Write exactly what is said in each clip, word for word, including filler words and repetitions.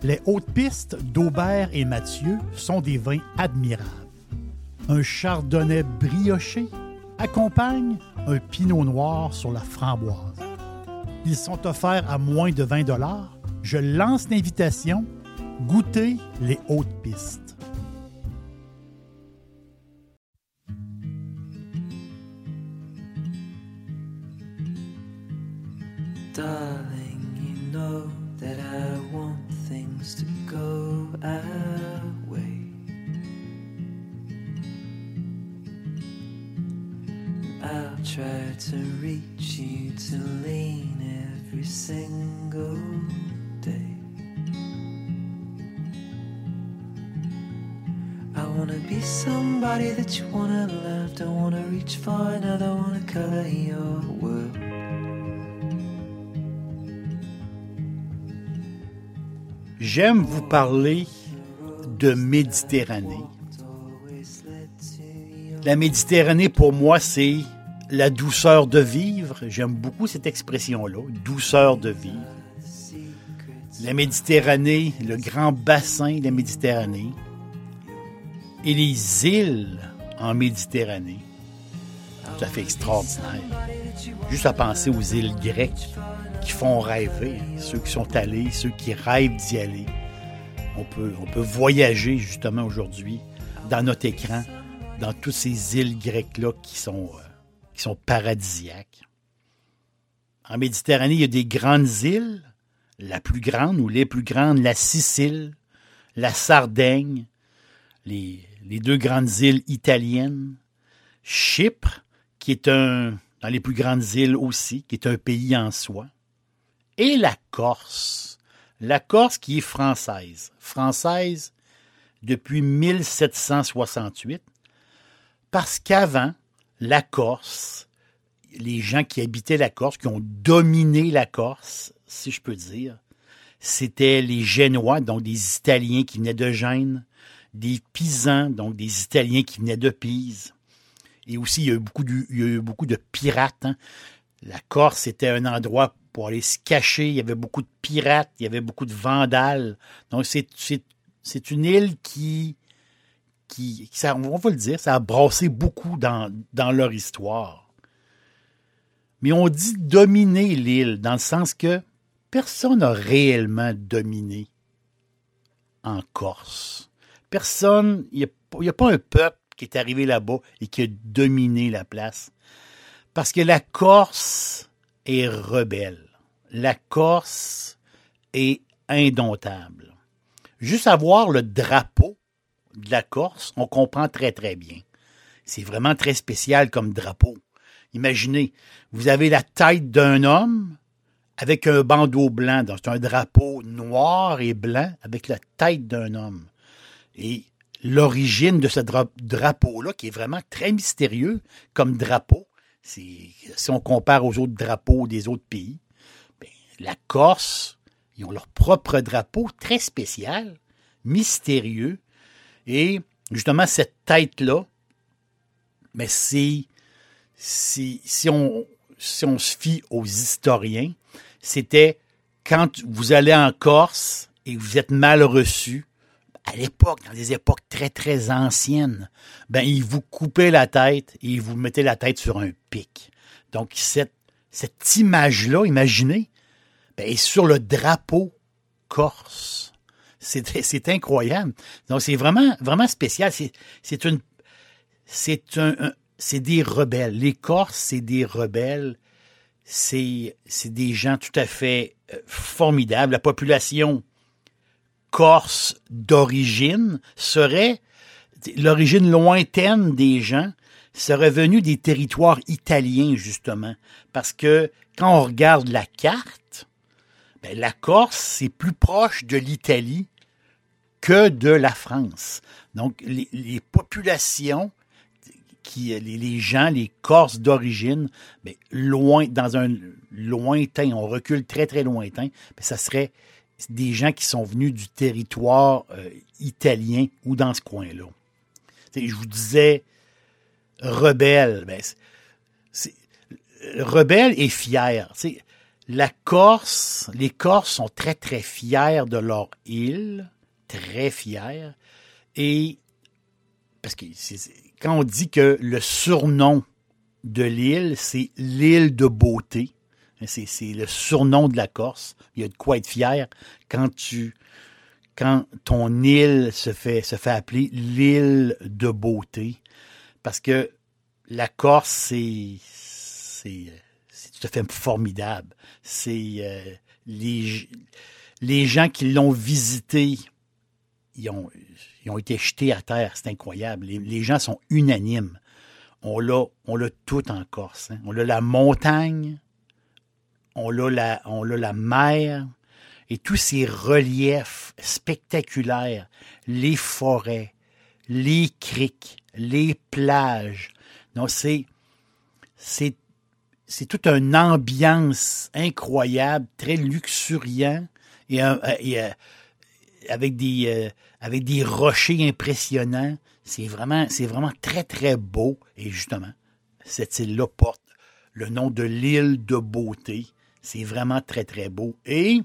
Les hautes pistes d'Aubert et Mathieu sont des vins admirables. Un chardonnay brioché accompagne un pinot noir sur la framboise. Ils sont offerts à moins de vingt dollars. Je lance l'invitation. Goûtez les hautes pistes. Darling, you know that I want things to go our way. I'll try to reach you to lean every single day. I wanna be somebody that you wanna love. Don't wanna reach for another, wanna color your world. J'aime vous parler de Méditerranée. La Méditerranée, pour moi, c'est la douceur de vivre. J'aime beaucoup cette expression-là, douceur de vivre. La Méditerranée, le grand bassin de la Méditerranée et les îles en Méditerranée. Tout à fait extraordinaire. Juste à penser aux îles grecques qui font rêver, hein. Ceux qui sont allés, ceux qui rêvent d'y aller. On peut, on peut voyager justement aujourd'hui dans notre écran, dans toutes ces îles grecques-là qui sont, euh, qui sont paradisiaques. En Méditerranée, il y a des grandes îles, la plus grande ou les plus grandes, la Sicile, la Sardaigne, les, les deux grandes îles italiennes, Chypre, qui est un, dans les plus grandes îles aussi, qui est un pays en soi, et la Corse. La Corse qui est française. Française depuis mille sept cent soixante-huit, parce qu'avant, la Corse, les gens qui habitaient la Corse, qui ont dominé la Corse, si je peux dire, c'était les Génois, donc des Italiens qui venaient de Gênes, des Pisans, donc des Italiens qui venaient de Pise. Et aussi, il y a eu beaucoup de, il y a eu beaucoup de pirates. Hein. La Corse était un endroit pour aller se cacher. Il y avait beaucoup de pirates, il y avait beaucoup de vandales. Donc, c'est, c'est, c'est une île qui, qui, qui ça, on va le dire, ça a brassé beaucoup dans, dans leur histoire. Mais on dit dominer l'île, dans le sens que personne n'a réellement dominé en Corse. Personne, il n'y a, a pas un peuple qui est arrivé là-bas et qui a dominé la place. Parce que la Corse est rebelle. La Corse est indomptable. Juste à voir le drapeau de la Corse, on comprend très, très bien. C'est vraiment très spécial comme drapeau. Imaginez, vous avez la tête d'un homme avec un bandeau blanc. Donc, c'est un drapeau noir et blanc avec la tête d'un homme. Et l'origine de ce dra- drapeau-là, qui est vraiment très mystérieux comme drapeau, c'est, si on compare aux autres drapeaux des autres pays, bien, la Corse, ils ont leur propre drapeau très spécial, mystérieux. Et justement, cette tête-là, mais c'est, c'est, si, on, si on se fie aux historiens, c'était quand vous allez en Corse et vous êtes mal reçu, à l'époque, dans des époques très, très anciennes, ben, ils vous coupaient la tête et ils vous mettaient la tête sur un pic. Donc, cette, cette image-là, imaginez, ben, est sur le drapeau corse. C'est, c'est incroyable. Donc, c'est vraiment, vraiment spécial. C'est, c'est une, c'est un, un, c'est des rebelles. Les Corses, c'est des rebelles. C'est, c'est des gens tout à fait euh, formidables. La population corse d'origine serait, l'origine lointaine des gens serait venue des territoires italiens, justement. Parce que quand on regarde la carte, ben, la Corse, c'est plus proche de l'Italie que de la France. Donc, les, les populations, qui, les, les gens, les Corses d'origine, ben, loin, dans un lointain, on recule très, très lointain, ben, ça serait des gens qui sont venus du territoire euh, italien ou dans ce coin-là. T'sais, je vous disais, rebelle, ben, c'est, c'est, rebelle et fier. T'sais, La Corse, les Corses sont très, très fiers de leur île, très fiers. Et parce que c'est, quand on dit que le surnom de l'île, c'est l'île de beauté, c'est, c'est le surnom de la Corse. Il y a de quoi être fier quand tu, quand ton île se fait, se fait appeler l'île de beauté. Parce que la Corse, c'est, c'est, c'est tout à fait formidable. C'est euh, les, les gens qui l'ont visité, ils ont, ils ont été jetés à terre. C'est incroyable. Les, les gens sont unanimes. On l'a, on l'a tout en Corse. Hein. On a la montagne, on a la, on a la mer, et tous ces reliefs spectaculaires, les forêts, les criques, les plages. Non, c'est, c'est, c'est toute une ambiance incroyable, très luxuriant, et, et, et avec des, euh, avec des rochers impressionnants. C'est vraiment, c'est vraiment très, très beau. Et justement, cette île-là porte le nom de l'île de beauté. C'est vraiment très, très beau. Et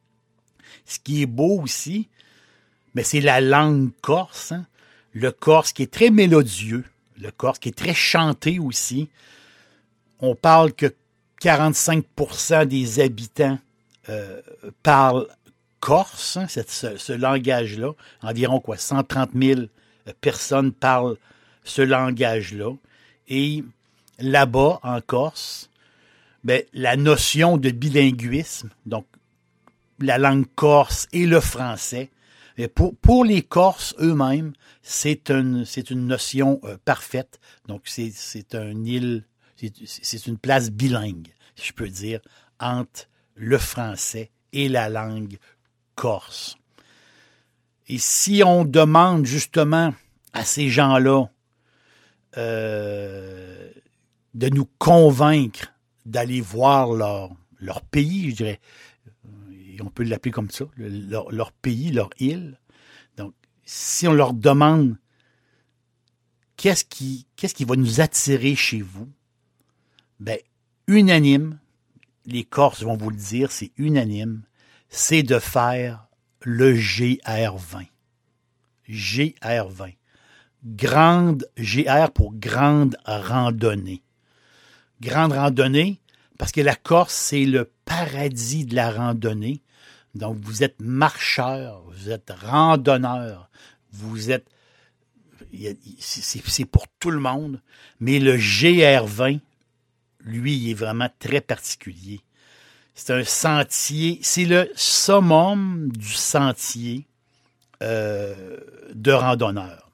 ce qui est beau aussi, mais c'est la langue corse. Hein? Le corse qui est très mélodieux. Le corse qui est très chanté aussi. On parle que quarante-cinq pour cent des habitants euh, parlent corse, hein, cette, ce, ce langage-là. Environ quoi, cent trente mille personnes parlent ce langage-là. Et là-bas, en Corse, ben, la notion de bilinguisme, donc la langue corse et le français, pour, pour les Corses eux-mêmes, c'est une, c'est une notion euh, parfaite. Donc, c'est, c'est une île, c'est, c'est une place bilingue, si je peux dire, entre le français et la langue corse. Et si on demande justement à ces gens-là euh, de nous convaincre d'aller voir leur, leur pays, je dirais, et on peut l'appeler comme ça, leur, leur pays, leur île. Donc, si on leur demande qu'est-ce qui, qu'est-ce qui va nous attirer chez vous, ben, unanime, les Corses vont vous le dire, c'est unanime, c'est de faire le G R vingt. G R vingt. Grande, G R pour grande randonnée. Grande randonnée, parce que la Corse, c'est le paradis de la randonnée. Donc, vous êtes marcheur, vous êtes randonneur, vous êtes... C'est, c'est pour tout le monde, mais le G R vingt, lui, il est vraiment très particulier. C'est un sentier, c'est le summum du sentier euh, de randonneur.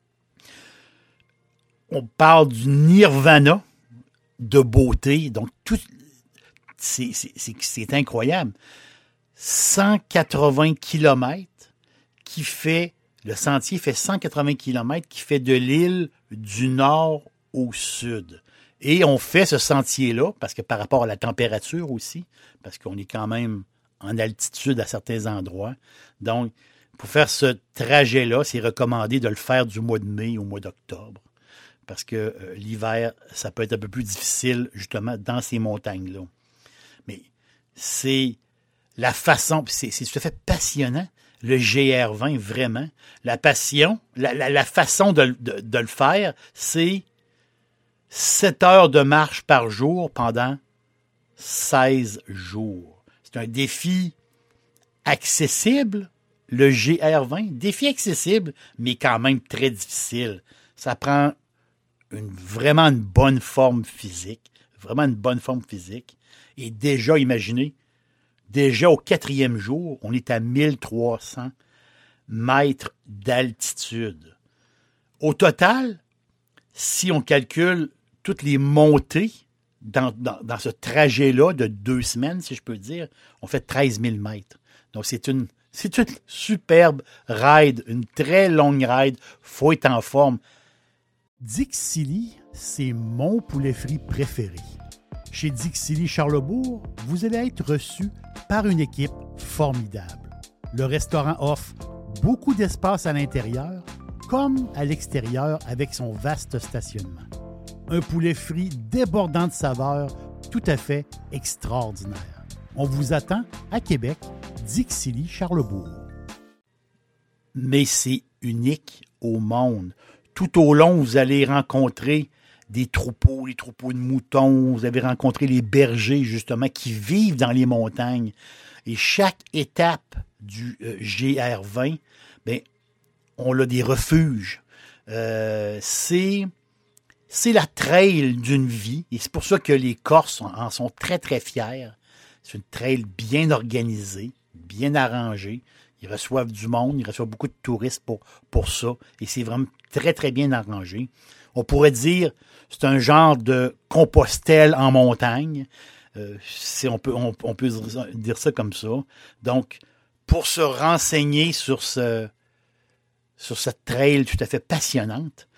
On parle du nirvana de beauté, donc tout, c'est, c'est, c'est, c'est incroyable. cent quatre-vingts kilomètres qui fait, le sentier fait cent quatre-vingts kilomètres qui fait de l'île du nord au sud. Et on fait ce sentier-là, parce que par rapport à la température aussi, parce qu'on est quand même en altitude à certains endroits. Donc, pour faire ce trajet-là, c'est recommandé de le faire du mois de mai au mois d'octobre. Parce que euh, l'hiver, ça peut être un peu plus difficile, justement, dans ces montagnes-là. Mais c'est la façon, c'est, c'est tout à fait passionnant, le G R vingt, vraiment. La passion, la, la, la façon de, de, de le faire, c'est sept heures de marche par jour pendant seize jours. C'est un défi accessible, le G R vingt. Défi accessible, mais quand même très difficile. Ça prend une, vraiment une bonne forme physique. Vraiment une bonne forme physique. Et déjà, imaginez, déjà au quatrième jour, on est à mille trois cents mètres d'altitude. Au total, si on calcule toutes les montées dans, dans, dans ce trajet-là de deux semaines, si je peux dire, on fait treize mille mètres. Donc, c'est une, c'est une superbe ride, une très longue ride. Il faut être en forme. Dixili, c'est mon poulet frit préféré. Chez Dixili Charlesbourg, vous allez être reçu par une équipe formidable. Le restaurant offre beaucoup d'espace à l'intérieur comme à l'extérieur avec son vaste stationnement. Un poulet frit débordant de saveurs tout à fait extraordinaire. On vous attend à Québec, Dixilly, Charlebourg. Mais c'est unique au monde. Tout au long, vous allez rencontrer des troupeaux, les troupeaux de moutons, vous avez rencontré les bergers, justement, qui vivent dans les montagnes. Et chaque étape du euh, G R vingt, bien, on a des refuges. Euh, c'est, c'est la trail d'une vie. Et c'est pour ça que les Corses en sont très, très fiers. C'est une trail bien organisée, bien arrangée. Ils reçoivent du monde, ils reçoivent beaucoup de touristes pour, pour ça. Et c'est vraiment très, très bien arrangé. On pourrait dire c'est un genre de Compostelle en montagne. Euh, c'est, on, peut, on, on peut dire ça comme ça. Donc, pour se renseigner sur, ce, sur cette trail tout à fait passionnante,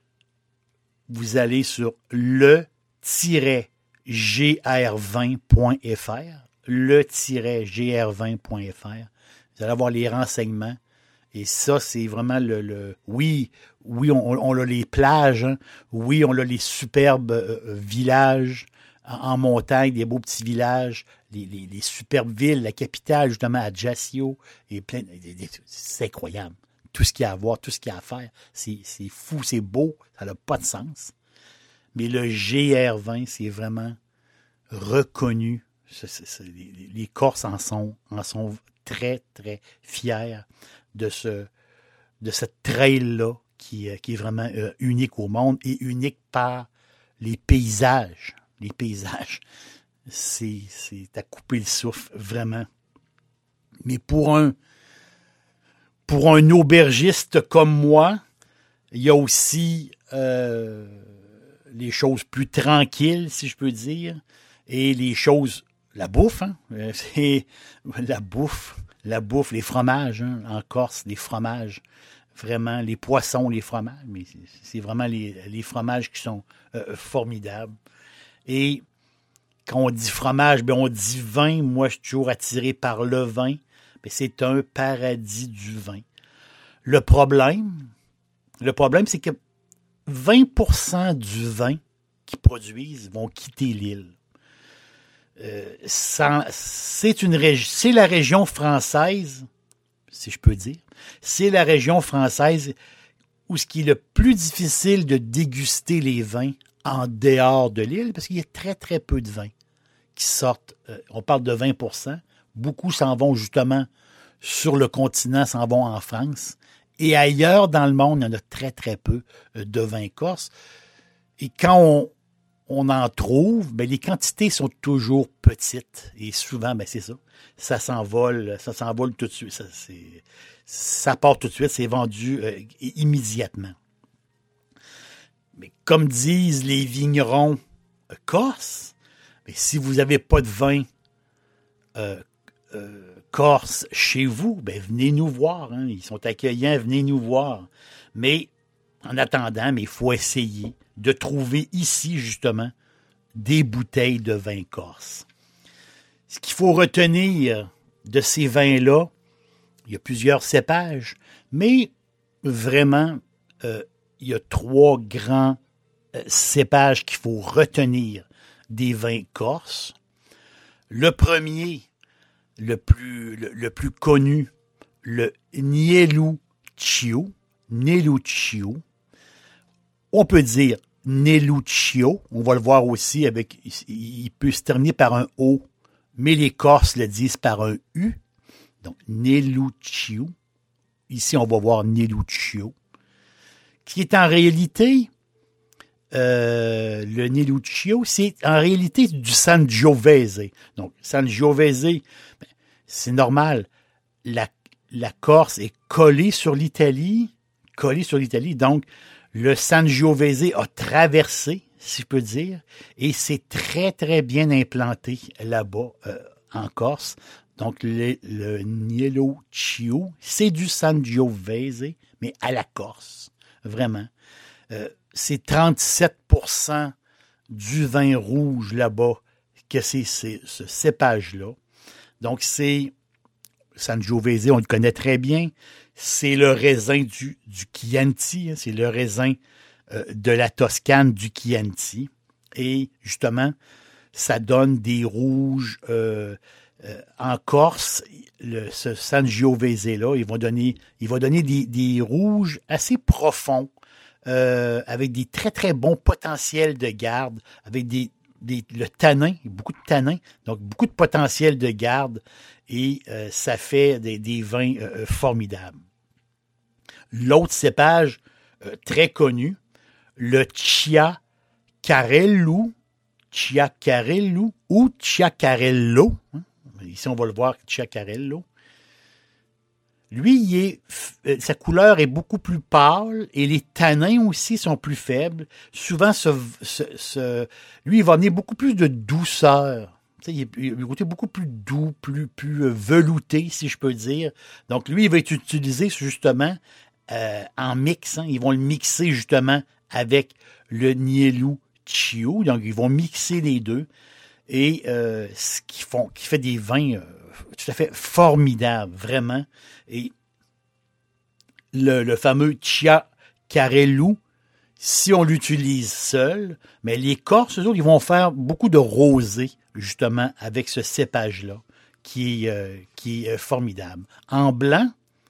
vous allez sur le tiret G R vingt point F R, le tiret G R vingt point F R. Vous allez avoir les renseignements. Et ça, c'est vraiment le... le oui, oui, on, on a les plages. Hein. Oui, on a les superbes euh, villages en, en montagne, des beaux petits villages, les, les, les superbes villes, la capitale, justement, Ajaccio. Et plein, c'est incroyable. Tout ce qu'il y a à voir, tout ce qu'il y a à faire. C'est, c'est fou, c'est beau. Ça n'a pas de sens. Mais le G R vingt, c'est vraiment reconnu. C'est, c'est, c'est, les, les Corses en sont, en sont très, très fiers de ce de cette trail-là qui, qui est vraiment euh, unique au monde et unique par les paysages. Les paysages, c'est, c'est à couper le souffle, vraiment. Mais pour un pour un aubergiste comme moi, il y a aussi euh, les choses plus tranquilles, si je peux dire, et les choses, la bouffe, hein, c'est la bouffe. La bouffe, les fromages, hein, en Corse, les fromages, vraiment, les poissons, les fromages, mais c'est, c'est vraiment les, les fromages qui sont euh, formidables. Et quand on dit fromage, bien on dit vin. Moi, je suis toujours attiré par le vin. Bien, c'est un paradis du vin. Le problème, le problème, c'est que vingt pour cent du vin qu'ils produisent vont quitter l'île. Euh, ça, c'est, une régi- c'est la région française, si je peux dire, c'est la région française où ce qui est le plus difficile de déguster les vins en dehors de l'île, parce qu'il y a très, très peu de vins qui sortent. Euh, on parle de vingt pour cent. Beaucoup s'en vont justement sur le continent, s'en vont en France. Et ailleurs dans le monde, il y en a très, très peu euh, de vins corses. Et quand on on en trouve, mais les quantités sont toujours petites. Et souvent, ben c'est ça. Ça s'envole, ça s'envole tout de suite. Ça, c'est, ça part tout de suite, c'est vendu euh, immédiatement. Mais comme disent les vignerons euh, corses, mais si vous n'avez pas de vin euh, euh, corse chez vous, ben venez nous voir. Hein. Ils sont accueillants, venez nous voir. Mais en attendant, mais il faut essayer de trouver ici, justement, des bouteilles de vin corse. Ce qu'il faut retenir de ces vins-là, il y a plusieurs cépages, mais vraiment, euh, il y a trois grands euh, cépages qu'il faut retenir des vins corses. Le premier, le plus, le, le plus connu, le Nieluccio. Nieluccio. On peut dire Neluccio, on va le voir aussi, avec, il peut se terminer par un O, mais les Corses le disent par un U. Donc, Neluccio. Ici, on va voir Neluccio, qui est en réalité, euh, le Neluccio, c'est en réalité du Sangiovese. Donc, Sangiovese, ben, c'est normal. La, la Corse est collée sur l'Italie, collée sur l'Italie, donc, le Sangiovese a traversé, si je peux dire, et c'est très, très bien implanté là-bas, euh, en Corse. Donc, le, le Nieluccio, c'est du Sangiovese, mais à la Corse, vraiment. Euh, c'est trente-sept pour cent du vin rouge là-bas que c'est, c'est ce cépage-là. Donc, c'est Sangiovese, on le connaît très bien. C'est le raisin du, du Chianti, hein, c'est le raisin euh, de la Toscane du Chianti. Et justement, ça donne des rouges, euh, euh, en Corse, le, ce Sangiovese-là, il va donner, il va donner des, des rouges assez profonds, euh, avec des très, très bons potentiels de garde, avec des, des, le tanin, beaucoup de tanin, donc beaucoup de potentiel de garde, et euh, ça fait des, des vins euh, formidables. L'autre cépage euh, très connu, le Chiacarello, Chiacarello ou Chiacarello, hein? Ici on va le voir, Chiacarello. Lui, il est, euh, sa couleur est beaucoup plus pâle et les tanins aussi sont plus faibles. Souvent, ce, ce, ce, lui, il va amener beaucoup plus de douceur. Tu sais, il, est, il a goûté beaucoup plus doux, plus, plus velouté, si je peux dire. Donc, lui, il va être utilisé justement euh, en mix. Hein. Ils vont le mixer justement avec le Niello Chio. Donc, ils vont mixer les deux. Et euh, ce qui, font, qui fait des vins... Euh, tout à fait formidable, vraiment. Et le, le fameux Chiacarello, si on l'utilise seul, mais les Corses, eux autres, ils vont faire beaucoup de rosé, justement, avec ce cépage-là, qui est, euh, qui est formidable. En blanc,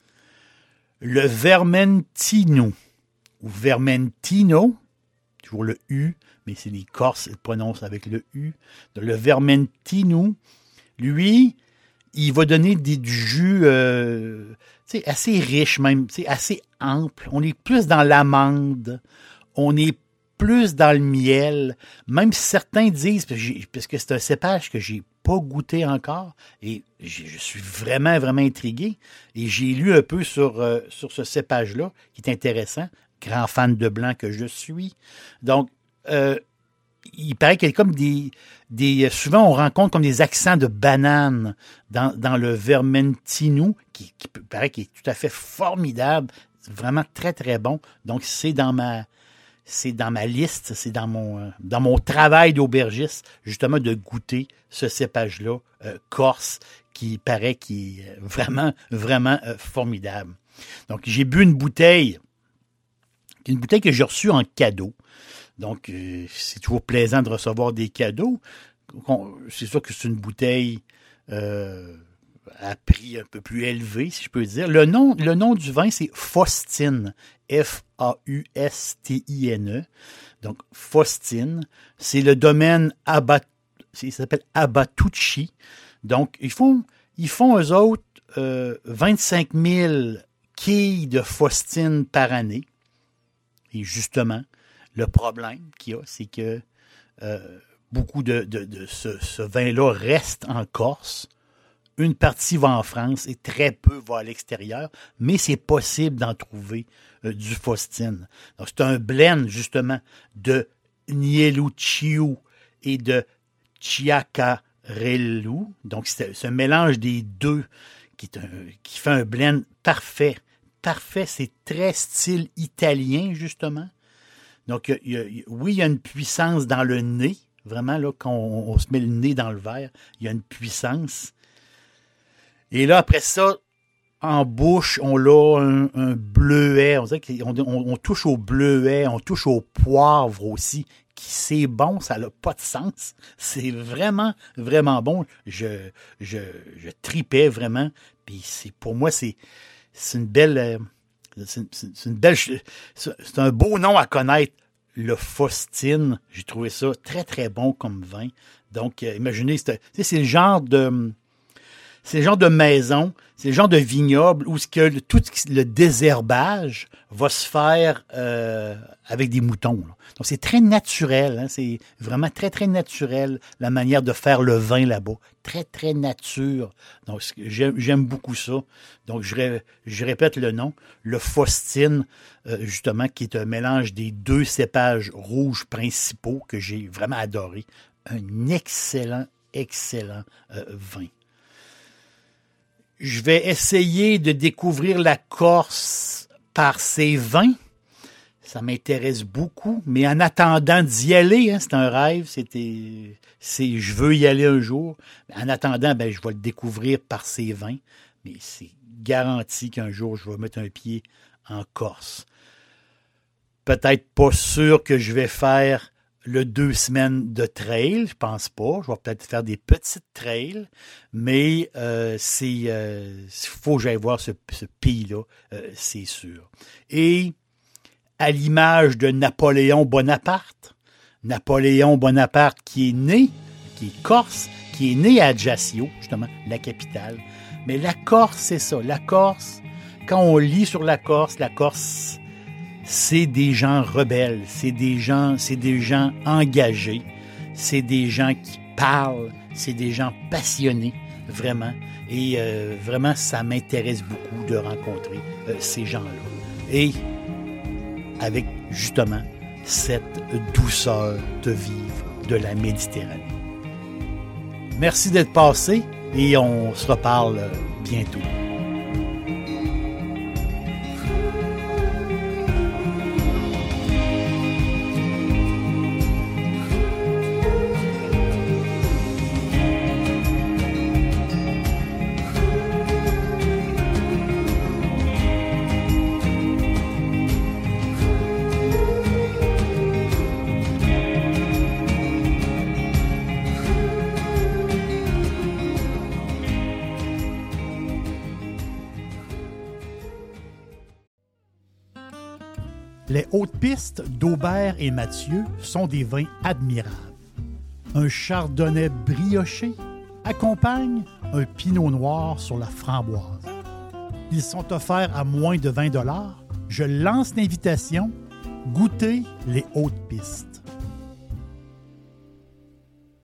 le Vermentino, ou Vermentino, toujours le U, mais c'est les Corses qui prononcent avec le U. Le Vermentino, lui... il va donner des, du jus euh, assez riche même, assez ample. On est plus dans l'amande, on est plus dans le miel. Même si certains disent, parce que c'est un cépage que j'ai pas goûté encore, et je suis vraiment, vraiment intrigué. Et j'ai lu un peu sur, euh, sur ce cépage-là, qui est intéressant. Grand fan de blanc que je suis. Donc, euh, il paraît qu'il y a comme des, des... Souvent, on rencontre comme des accents de banane dans, dans le Vermentino, qui, qui paraît qu'il est tout à fait formidable. C'est vraiment très, très bon. Donc, c'est dans ma, c'est dans ma liste, c'est dans mon, dans mon travail d'aubergiste, justement, de goûter ce cépage-là, euh, corse, qui paraît qui est vraiment, vraiment euh, formidable. Donc, j'ai bu une bouteille, une bouteille que j'ai reçue en cadeau. Donc, euh, c'est toujours plaisant de recevoir des cadeaux. C'est sûr que c'est une bouteille euh, à prix un peu plus élevé, si je peux dire. Le nom, le nom du vin, c'est Faustine. F A U S T I N E. Donc, Faustine. C'est le domaine Abat, ça s'appelle Abatucci. Donc, ils font, ils font eux autres, euh, vingt-cinq mille quilles de Faustine par année. Et justement, le problème qu'il y a, c'est que euh, beaucoup de, de, de ce, ce vin-là reste en Corse. Une partie va en France et très peu va à l'extérieur, mais c'est possible d'en trouver euh, du Faustine. Donc, c'est un blend, justement, de Niello Chio et de Chiacarello. Donc, c'est ce mélange des deux qui, est un, qui fait un blend parfait. Parfait, c'est très style italien, justement. Donc, il y a, il y a, oui, il y a une puissance dans le nez. Vraiment, là, quand on, on se met le nez dans le verre, il y a une puissance. Et là, après ça, en bouche, on a un, un bleuet. On, on, on, on touche au bleuet, on touche au poivre aussi. Qui c'est bon, ça n'a pas de sens. C'est vraiment, vraiment bon. Je, je, je tripais vraiment. Puis c'est, pour moi, c'est, c'est une belle... C'est, c'est une belle, c'est un beau nom à connaître, le Faustine. J'ai trouvé ça très, très bon comme vin. Donc, euh, imaginez, c'est, c'est le genre de... C'est le genre de maison, c'est le genre de vignoble où ce que le, tout le désherbage va se faire euh, avec des moutons. Là. Donc, c'est très naturel. Hein, c'est vraiment très, très naturel la manière de faire le vin là-bas. Très, très nature. Donc, j'aime, j'aime beaucoup ça. Donc, je, je répète le nom. Le Faustine, euh, justement, qui est un mélange des deux cépages rouges principaux que j'ai vraiment adoré. Un excellent, excellent euh, vin. Je vais essayer de découvrir la Corse par ses vins. Ça m'intéresse beaucoup. Mais en attendant d'y aller, hein, c'est un rêve, c'était, c'est, je veux y aller un jour. En attendant, ben, je vais le découvrir par ses vins. Mais c'est garanti qu'un jour, je vais mettre un pied en Corse. Peut-être pas sûr que je vais faire le deux semaines de trail, je pense pas. Je vais peut-être faire des petites trails, mais euh, c'est euh, faut que j'aille voir ce, ce pays-là, euh, c'est sûr. Et à l'image de Napoléon Bonaparte, Napoléon Bonaparte qui est né, qui est corse, qui est né à Ajaccio, justement, la capitale. Mais la Corse, c'est ça. La Corse, quand on lit sur la Corse, la Corse, c'est des gens rebelles, c'est des gens, c'est des gens engagés, c'est des gens qui parlent, c'est des gens passionnés, vraiment. Et euh, vraiment, ça m'intéresse beaucoup de rencontrer euh, ces gens-là. Et avec, justement, cette douceur de vivre de la Méditerranée. Merci d'être passé et on se reparle bientôt. Les hautes pistes d'Aubert et Mathieu sont des vins admirables. Un chardonnay brioché accompagne un pinot noir sur la framboise. Ils sont offerts à moins de vingt dollars. Je lance l'invitation. Goûtez les hautes pistes.